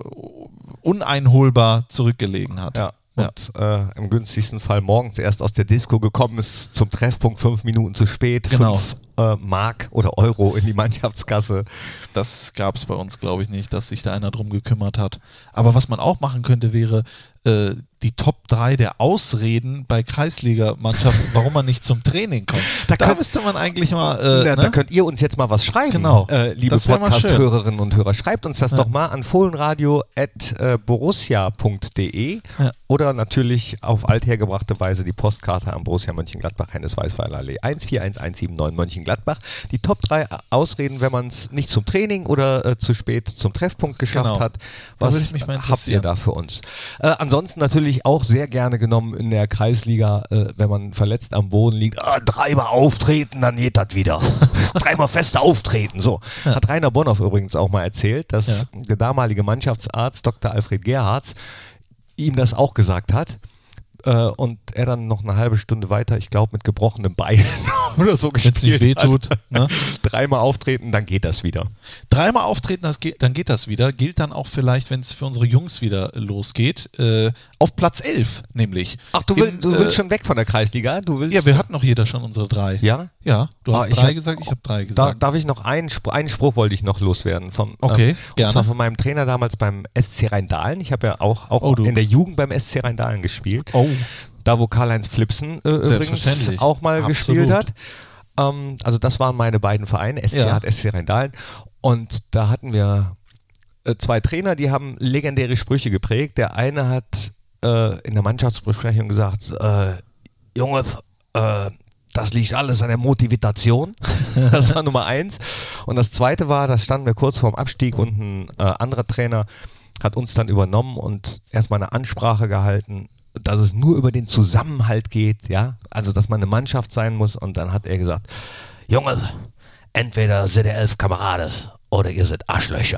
uneinholbar zurückgelegen hat. Ja. Und ja. äh, im günstigsten Fall morgens erst aus der Disco gekommen ist, zum Treffpunkt fünf Minuten zu spät, genau. fünf äh, Mark oder Euro in die Mannschaftskasse. Das gab es bei uns, glaube ich, nicht, dass sich da einer drum gekümmert hat. Aber was man auch machen könnte, wäre äh, die Top drei der Ausreden bei Kreisliga-Mannschaften, warum man nicht zum Training kommt. Da, da könnt, müsste man eigentlich mal... Äh, na, ne? Da könnt ihr uns jetzt mal was schreiben, genau. äh, liebe Podcast-Hörerinnen und Hörer. Schreibt uns das ja. doch mal an fohlenradio at borussia punkt de ja. oder natürlich auf althergebrachte Weise die Postkarte am Borussia Mönchengladbach, Hennes-Weißweiler Allee eins vier eins eins sieben neun Mönchengladbach. Die Top drei Ausreden, wenn man es nicht zum Training oder äh, zu spät zum Treffpunkt geschafft genau. hat. Was habt ihr da für uns? Äh, ansonsten natürlich auch sehr gerne genommen in der Kreisliga, äh, wenn man verletzt am Boden liegt, ah, dreimal auftreten, dann geht das wieder. Dreimal fest auftreten. So. Ja. Hat Rainer Bonhoff übrigens auch mal erzählt, dass ja. der damalige Mannschaftsarzt Doktor Alfred Gerhards ihm das auch gesagt hat. Äh, und er dann noch eine halbe Stunde weiter, ich glaube mit gebrochenem Bein oder so gespielt hat. Wenn es nicht wehtut. Ne? Dreimal auftreten, dann geht das wieder. Dreimal auftreten, das geht, dann geht das wieder. Gilt dann auch vielleicht, wenn es für unsere Jungs wieder losgeht, äh, auf Platz elf nämlich. Ach, du, will, Im, du willst äh, schon weg von der Kreisliga? Du willst ja, wir hatten noch jeder schon unsere drei. Ja? Ja, du hast ah, ich drei hab, gesagt, ich habe drei gesagt. Da, darf ich noch einen, Spruch, einen Spruch wollte ich noch loswerden. Vom, okay, ähm, gerne. Und zwar von meinem Trainer damals beim S C Rheindahlen. Ich habe ja auch, auch oh, in der Jugend beim S C Rheindahlen gespielt. Oh. Da, wo Karl-Heinz Flipsen äh, übrigens auch mal Absolut. gespielt hat. Ähm, also das waren meine beiden Vereine, S C ja. hat S C Rheindahlen. Und da hatten wir äh, zwei Trainer, die haben legendäre Sprüche geprägt. Der eine hat äh, in der Mannschaftsbesprechung gesagt, äh, Junge, äh, das liegt alles an der Motivation. Das war Nummer eins. Und das zweite war, da standen wir kurz vorm Abstieg und ein äh, anderer Trainer hat uns dann übernommen und erstmal eine Ansprache gehalten, dass es nur über den Zusammenhalt geht, ja, also dass man eine Mannschaft sein muss. Und dann hat er gesagt, Junge, entweder seid ihr elf Kameraden oder ihr seid Arschlöcher.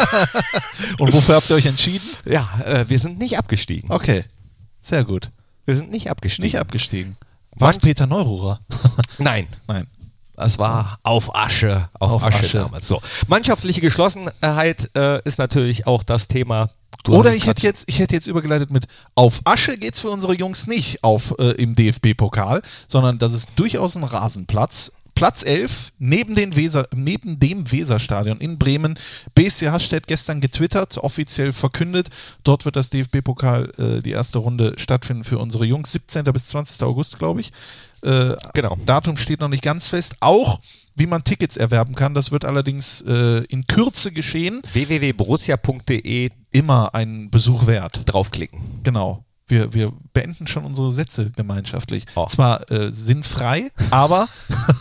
Und wofür habt ihr euch entschieden? Ja, äh, wir sind nicht abgestiegen. Okay, sehr gut. Wir sind nicht abgestiegen. Nicht abgestiegen. War es Peter Neururer? Nein. Nein. Es war auf Asche, auf, auf Asche, Asche damals. So. Mannschaftliche Geschlossenheit äh, ist natürlich auch das Thema. Du Oder ich hätte jetzt, ich hätte jetzt übergeleitet mit auf Asche geht's für unsere Jungs nicht auf äh, im D F B-Pokal, sondern das ist durchaus ein Rasenplatz. Platz elf, neben, den Weser, neben dem Weserstadion in Bremen. B S C Hasstedt gestern getwittert, offiziell verkündet. Dort wird das D F B-Pokal äh, die erste Runde stattfinden für unsere Jungs. siebzehnten bis zwanzigsten August, glaube ich. Äh, genau. Datum steht noch nicht ganz fest. Auch wie man Tickets erwerben kann, das wird allerdings äh, in Kürze geschehen. w w w punkt borussia punkt de Immer einen Besuch wert. Draufklicken. Genau. Wir, wir beenden schon unsere Sätze gemeinschaftlich. Oh. Zwar äh, sinnfrei, aber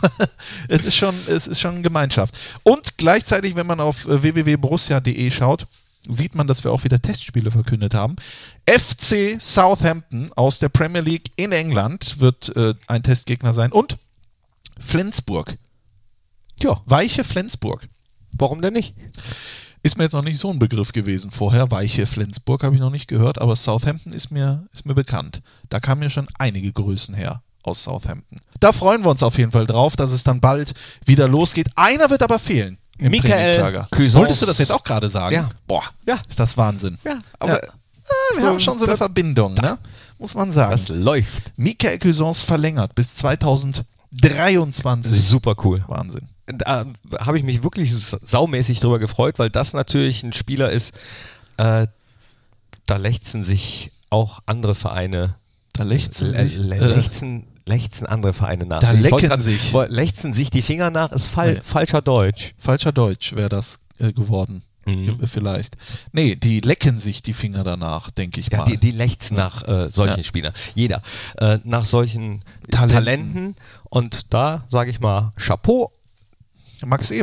es ist schon, es ist schon Gemeinschaft. Und gleichzeitig, wenn man auf äh, w w w punkt borussia punkt de schaut, sieht man, dass wir auch wieder Testspiele verkündet haben. F C Southampton aus der Premier League in England wird äh, ein Testgegner sein. Und Flensburg. Ja, weiche Flensburg. Warum denn nicht? Ist mir jetzt noch nicht so ein Begriff gewesen vorher. Weiche Flensburg habe ich noch nicht gehört, aber Southampton ist mir, ist mir bekannt. Da kamen mir schon einige Größen her aus Southampton. Da freuen wir uns auf jeden Fall drauf, dass es dann bald wieder losgeht. Einer wird aber fehlen im Michael Trainingslager. Cuisance. Wolltest du das jetzt auch gerade sagen? Ja. Boah, ja. Ist das Wahnsinn. Ja, aber ja. Ah, wir haben schon so eine Verbindung, ne? Muss man sagen. Das läuft. Michael Cuisance verlängert bis zweitausenddreiundzwanzig. Super cool. Wahnsinn. Da habe ich mich wirklich saumäßig drüber gefreut, weil das natürlich ein Spieler ist, äh, da lechzen sich auch andere Vereine. Da lechzen äh, sich. Lechzen, lechzen andere Vereine nach. Da ich lecken grad, sich. Lechzen sich die Finger nach, ist fal nee. falscher Deutsch. Falscher Deutsch wäre das äh, geworden. Mhm. Vielleicht. Nee, die lecken sich die Finger danach, denke ich ja, mal. Die, die lechzen nach äh, solchen ja. Spielern. Jeder. Äh, nach solchen Talenten. Talenten. Und da sage ich mal Chapeau. Max Eberl.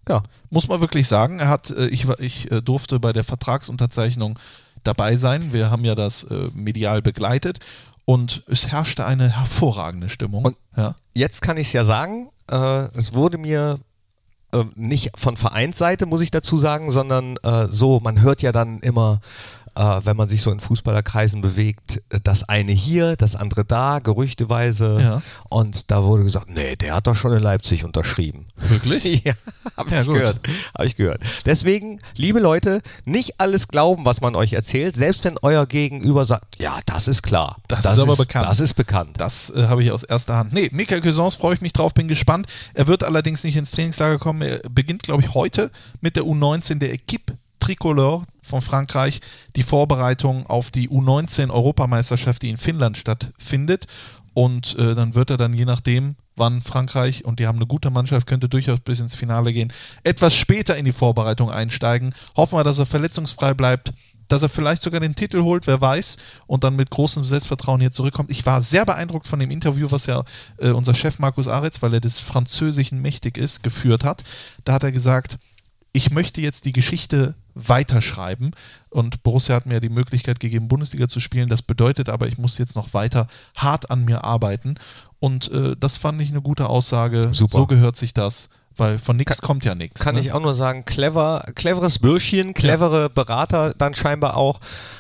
Ja. Muss man wirklich sagen. Er hat, äh, ich, war- ich äh, durfte bei der Vertragsunterzeichnung dabei sein. Wir haben ja das äh, medial begleitet und es herrschte eine hervorragende Stimmung. Und- ja. Jetzt kann ich es ja sagen, äh, es wurde mir äh, nicht von Vereinsseite, muss ich dazu sagen, sondern äh, so, man hört ja dann immer, äh, wenn man sich so in Fußballerkreisen bewegt, äh, das eine hier, das andere da, gerüchteweise. Ja. Und da wurde gesagt, nee, der hat doch schon in Leipzig unterschrieben. Wirklich? Ja, habe Ja, ich gut. gehört. Habe ich gehört. Deswegen, liebe Leute, nicht alles glauben, was man euch erzählt, selbst wenn euer Gegenüber sagt, ja, das ist klar. Das ist aber bekannt. Das ist bekannt. Das äh, habe ich aus erster Hand. Nee, Michael Cousins freue ich mich drauf, bin gespannt. Er wird allerdings nicht ins Trainingslager kommen. Er beginnt, glaube ich, heute mit der U neunzehn der Equipe Tricolore von Frankreich die Vorbereitung auf die U neunzehn Europameisterschaft, die in Finnland stattfindet. Und äh, dann wird er dann, je nachdem, wann Frankreich, und die haben eine gute Mannschaft, könnte durchaus bis ins Finale gehen, etwas später in die Vorbereitung einsteigen. Hoffen wir, dass er verletzungsfrei bleibt, dass er vielleicht sogar den Titel holt, wer weiß, und dann mit großem Selbstvertrauen hier zurückkommt. Ich war sehr beeindruckt von dem Interview, was ja äh, unser Chef Markus Aretz, weil er des Französischen mächtig ist, geführt hat. Da hat er gesagt, ich möchte jetzt die Geschichte weiterschreiben, und Borussia hat mir die Möglichkeit gegeben, Bundesliga zu spielen. Das bedeutet aber, ich muss jetzt noch weiter hart an mir arbeiten, und äh, das fand ich eine gute Aussage. Super. So gehört sich das, weil von nichts kommt ja nichts. Kann ne? ich auch nur sagen, clever, cleveres Bürschchen, clevere Berater dann scheinbar auch.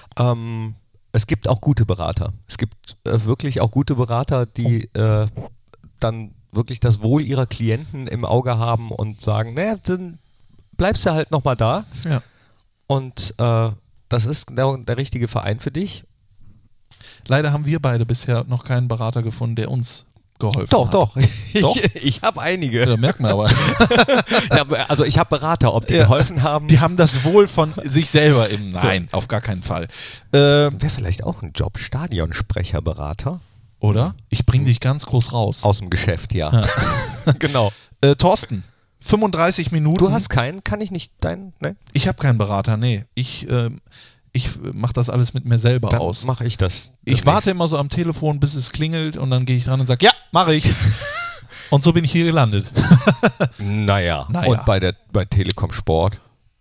Ähm, es gibt auch gute Berater. Es gibt äh, wirklich auch gute Berater, die äh, dann wirklich das Wohl ihrer Klienten im Auge haben und sagen, naja, dann bleibst du halt nochmal da. Ja. Und äh, das ist der, der richtige Verein für dich. Leider haben wir beide bisher noch keinen Berater gefunden, der uns geholfen Doch, hat. doch. Doch? Ich, ich habe einige. Ja, merkt man aber. Ja, also ich habe Berater, ob die Ja. geholfen haben. Die haben das Wohl von sich selber im Nein, auf gar keinen Fall. Äh, Wäre vielleicht auch ein Job, Stadionsprecher, Berater. oder? Ich bringe dich ganz groß raus. Aus dem Geschäft, ja. Genau. Äh, Thorsten, fünfunddreißig Minuten. Du hast keinen, kann ich nicht deinen, ne? Ich habe keinen Berater, nee. Ich, ähm, ich mache das alles mit mir selber Dann aus. mache ich das. Ich das warte immer so am Telefon, bis es klingelt, und dann gehe ich dran und sage, ja, mache ich. Und so bin ich hier gelandet. Naja. Naja. Und bei der bei Telekom Sport,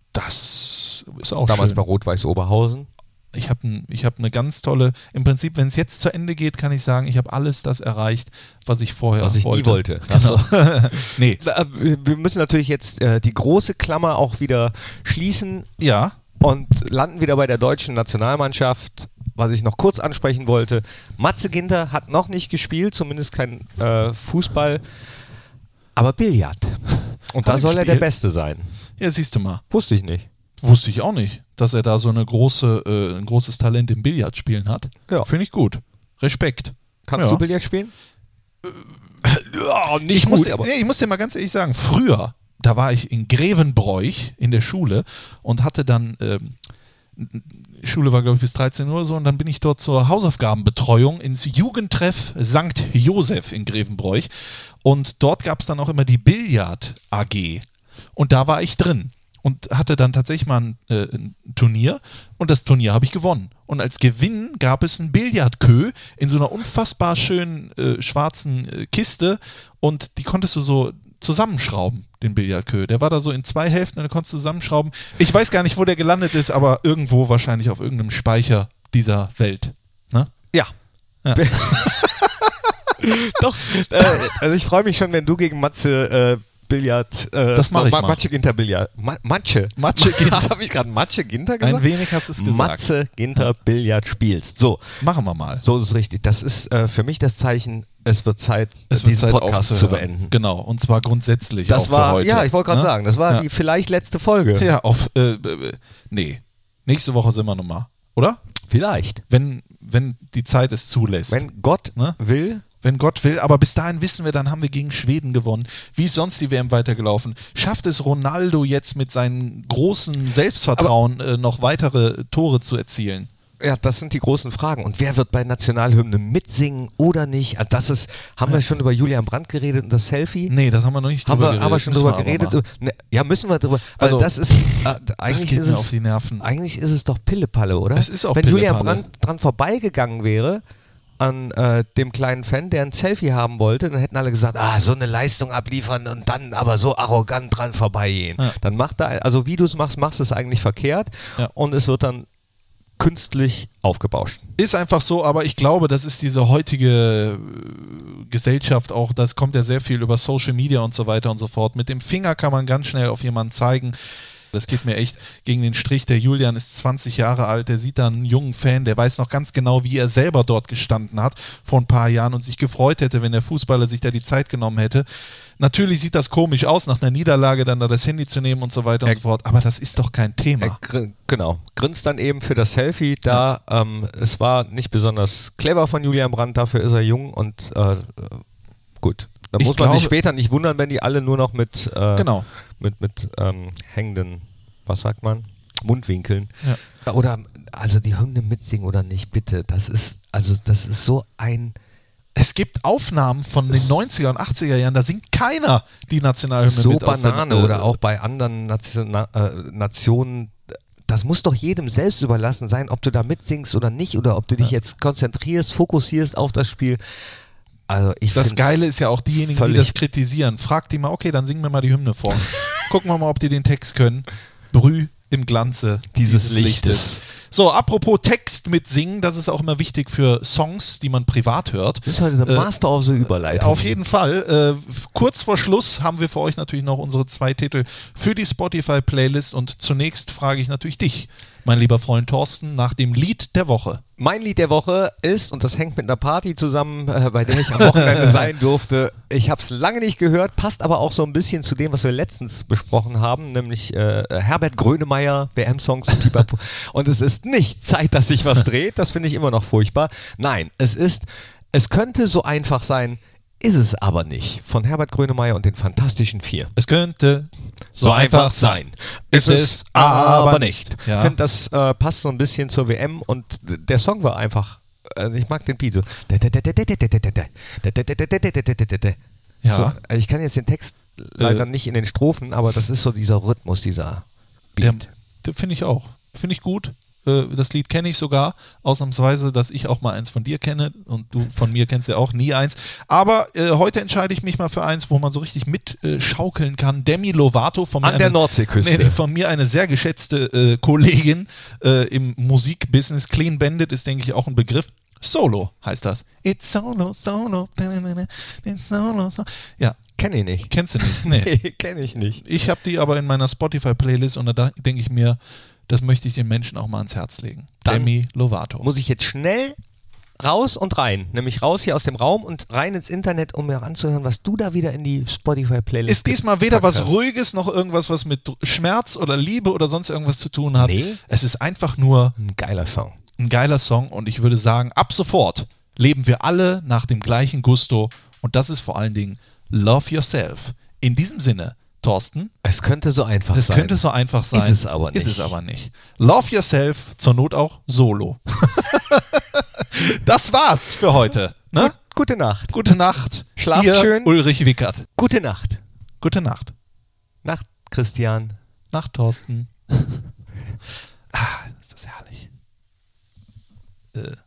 Das ist auch damals schön. bei Rot-Weiß Oberhausen. Ich habe ein, ich hab eine ganz tolle, im Prinzip, wenn es jetzt zu Ende geht, kann ich sagen, ich habe alles das erreicht, was ich vorher Was ich wollte. nie wollte. Genau. Nee, Äh, Wir wir müssen natürlich jetzt äh, die große Klammer auch wieder schließen ja, und landen wieder bei der deutschen Nationalmannschaft. Was ich noch kurz ansprechen wollte, Matze Ginter hat noch nicht gespielt, zumindest kein äh, Fußball, aber Billard. Und da er soll er der gespielt? Beste sein. ja, siehst du mal. Wusste ich nicht. Wusste ich auch nicht, dass er da so eine große, äh, ein großes Talent im Billardspielen hat. Ja. Finde ich gut. Respekt. Kannst Ja. du Billard spielen? Ja, nicht Ich muss, gut, dir, aber nee, ich muss dir mal ganz ehrlich sagen, früher, da war ich in Grevenbroich in der Schule und hatte dann, ähm, Schule war glaube ich bis dreizehn Uhr oder so, und dann bin ich dort zur Hausaufgabenbetreuung ins Jugendtreff Sankt Josef in Grevenbroich, und dort gab es dann auch immer die Billard A G, und da war ich drin und hatte dann tatsächlich mal ein, äh, ein Turnier, und das Turnier habe ich gewonnen. Und als Gewinn gab es ein Billardkö in so einer unfassbar schönen äh, schwarzen äh, Kiste, und die konntest du so zusammenschrauben, den Billardkö. Der war da so in zwei Hälften, und den konntest du zusammenschrauben. Ich weiß gar nicht, wo der gelandet ist, aber irgendwo wahrscheinlich auf irgendeinem Speicher dieser Welt. Ne? ja. Ja. Doch, äh, also ich freue mich schon, wenn du gegen Matze äh, Billard, äh, Das mach ich Ma- mal. Matze Ginter Billard, Ma- Matze, Matze Ginter. habe ich gerade Matze Ginter gesagt? Ein wenig hast du es gesagt. Matze Ginter Billard spielst. So, Machen wir mal. so ist es richtig. Das ist äh, für mich das Zeichen, es wird Zeit, Es wird diesen Zeit Podcast zu aufzuhören. beenden. Genau, und zwar grundsätzlich Das auch war, für heute. ja, ich wollte gerade Ne? sagen, das war Ja. die vielleicht letzte Folge. Ja, auf, äh, äh, nee. Nächste Woche sind wir nochmal, oder? Vielleicht. Wenn, wenn die Zeit es zulässt. Wenn Gott Ne? will, Wenn Gott will, aber bis dahin wissen wir, dann haben wir gegen Schweden gewonnen. Wie ist sonst die W M weitergelaufen? Schafft es Ronaldo jetzt mit seinem großen Selbstvertrauen äh, noch weitere Tore zu erzielen? ja, das sind die großen Fragen. Und wer wird bei Nationalhymne mitsingen oder nicht? Ah, Das ist, haben wir schon über Julian Brandt geredet und das Selfie? Nee, das haben wir noch nicht Haben drüber wir, geredet. haben wir schon Müssen drüber aber geredet? mal. Ne, ja, müssen wir drüber. Weil Also, das ist, äh, Das eigentlich geht ist mir es, auf die Nerven. eigentlich ist es doch Pillepalle, oder? Es ist auch Wenn Julian Pillepalle. Brandt dran vorbeigegangen wäre, an äh, dem kleinen Fan, der ein Selfie haben wollte, dann hätten alle gesagt, ah, so eine Leistung abliefern und dann aber so arrogant dran vorbeigehen. Ja. Dann macht er, also wie du es machst, machst du es eigentlich verkehrt Ja. und es wird dann künstlich aufgebauscht. Ist einfach so, aber ich glaube, das ist diese heutige äh, Gesellschaft auch, das kommt ja sehr viel über Social Media und so weiter und so fort. Mit dem Finger kann man ganz schnell auf jemanden zeigen. Das geht mir echt gegen den Strich. Der Julian ist zwanzig Jahre alt, der sieht da einen jungen Fan, der weiß noch ganz genau, wie er selber dort gestanden hat vor ein paar Jahren und sich gefreut hätte, wenn der Fußballer sich da die Zeit genommen hätte. Natürlich sieht das komisch aus, nach einer Niederlage dann da das Handy zu nehmen und so weiter und Er- so fort, aber das ist doch kein Thema. Er grin, genau, grinst dann eben für das Selfie da. Ähm, es war nicht besonders clever von Julian Brandt, dafür ist er jung und äh, gut. Da Ich muss man sich glaube- später nicht wundern, wenn die alle nur noch mit, äh, Genau. mit, mit ähm, hängenden, was sagt man, Mundwinkeln. Ja. Oder, also die Hymne mitsingen oder nicht, bitte. Das ist, also das ist so ein Es gibt Aufnahmen von den neunziger und achtziger Jahren, da singt keiner die Nationalhymne so mit. aus der- Banane äh, oder auch bei anderen Nation, äh, Nationen. Das muss doch jedem selbst überlassen sein, ob du da mitsingst oder nicht oder ob du dich jetzt konzentrierst, fokussierst auf das Spiel. Also ich Das find's Geile ist ja auch diejenigen, die völlig- das kritisieren. Frag die mal, okay, dann singen wir mal die Hymne vor. Gucken wir mal, ob die den Text können. Brüh im Glanze Dieses dieses, Lichtes. Lichtes. So, apropos Text mitsingen, das ist auch immer wichtig für Songs, die man privat hört. Du bist heute der Äh, Master of the Überleitung. Auf jeden Fall. Äh, f- kurz vor Schluss haben wir für euch natürlich noch unsere zwei Titel für die Spotify-Playlist und zunächst frage ich natürlich dich, mein lieber Freund Thorsten, nach dem Lied der Woche. Mein Lied der Woche ist, und das hängt mit einer Party zusammen, äh, bei der ich am Wochenende sein durfte. Ich habe es lange nicht gehört, passt aber auch so ein bisschen zu dem, was wir letztens besprochen haben, nämlich äh, Herbert Grönemeyer, W M-Songs und Pipapo. Und es ist nicht Zeit, dass sich was dreht, das finde ich immer noch furchtbar. Nein, es ist, es könnte so einfach sein, ist es aber nicht. Von Herbert Grönemeyer und den Fantastischen Vier. Es könnte So einfach sein. Ist es aber nicht. Ich Ja. finde, das äh, passt so ein bisschen zur W M und d- der Song war einfach, äh, ich mag den Beat so. Ja. So, also ich kann jetzt den Text leider nicht in den Strophen, aber das ist so dieser Rhythmus, dieser Der, Beat. der finde ich auch. Finde ich gut. Äh, Das Lied kenne ich sogar, ausnahmsweise, dass ich auch mal eins von dir kenne und du von mir kennst ja auch nie eins. Aber äh, heute entscheide ich mich mal für eins, wo man so richtig mitschaukeln kann. Demi Lovato von mir. An der eine- Nordseeküste. Nee, nee, von mir eine sehr geschätzte äh, Kollegin äh, im Musikbusiness. Clean Bandit ist, denke ich, auch ein Begriff. Solo heißt das. It's solo, solo, it's solo, solo. Ja, Kenn ich nicht. kennst du nicht? Nee. Nee, kenn ich nicht. Ich habe die aber in meiner Spotify-Playlist und da denke ich mir, das möchte ich den Menschen auch mal ans Herz legen. Dann Demi Lovato. Muss ich jetzt schnell raus und rein. Nämlich raus hier aus dem Raum und rein ins Internet, um mir anzuhören, was du da wieder in die Spotify-Playlist Ist diesmal weder gepackt was hast. Ruhiges noch irgendwas, was mit Schmerz oder Liebe oder sonst irgendwas zu tun hat. Nee. Es ist einfach nur Ein geiler Song. ein geiler Song und ich würde sagen, ab sofort leben wir alle nach dem gleichen Gusto und das ist vor allen Dingen Love Yourself. In diesem Sinne, Thorsten, Es könnte so einfach es sein. könnte so einfach sein. Ist es aber nicht. Ist es aber nicht. Love Yourself, zur Not auch solo. Das war's für heute. Ne? Gut, gute Nacht. Gute Nacht. Schlaft Ihr schön. Ulrich Wickert. Gute Nacht. Gute Nacht. Nacht, Christian. Nacht, Thorsten. Ah, ist das herrlich. Äh.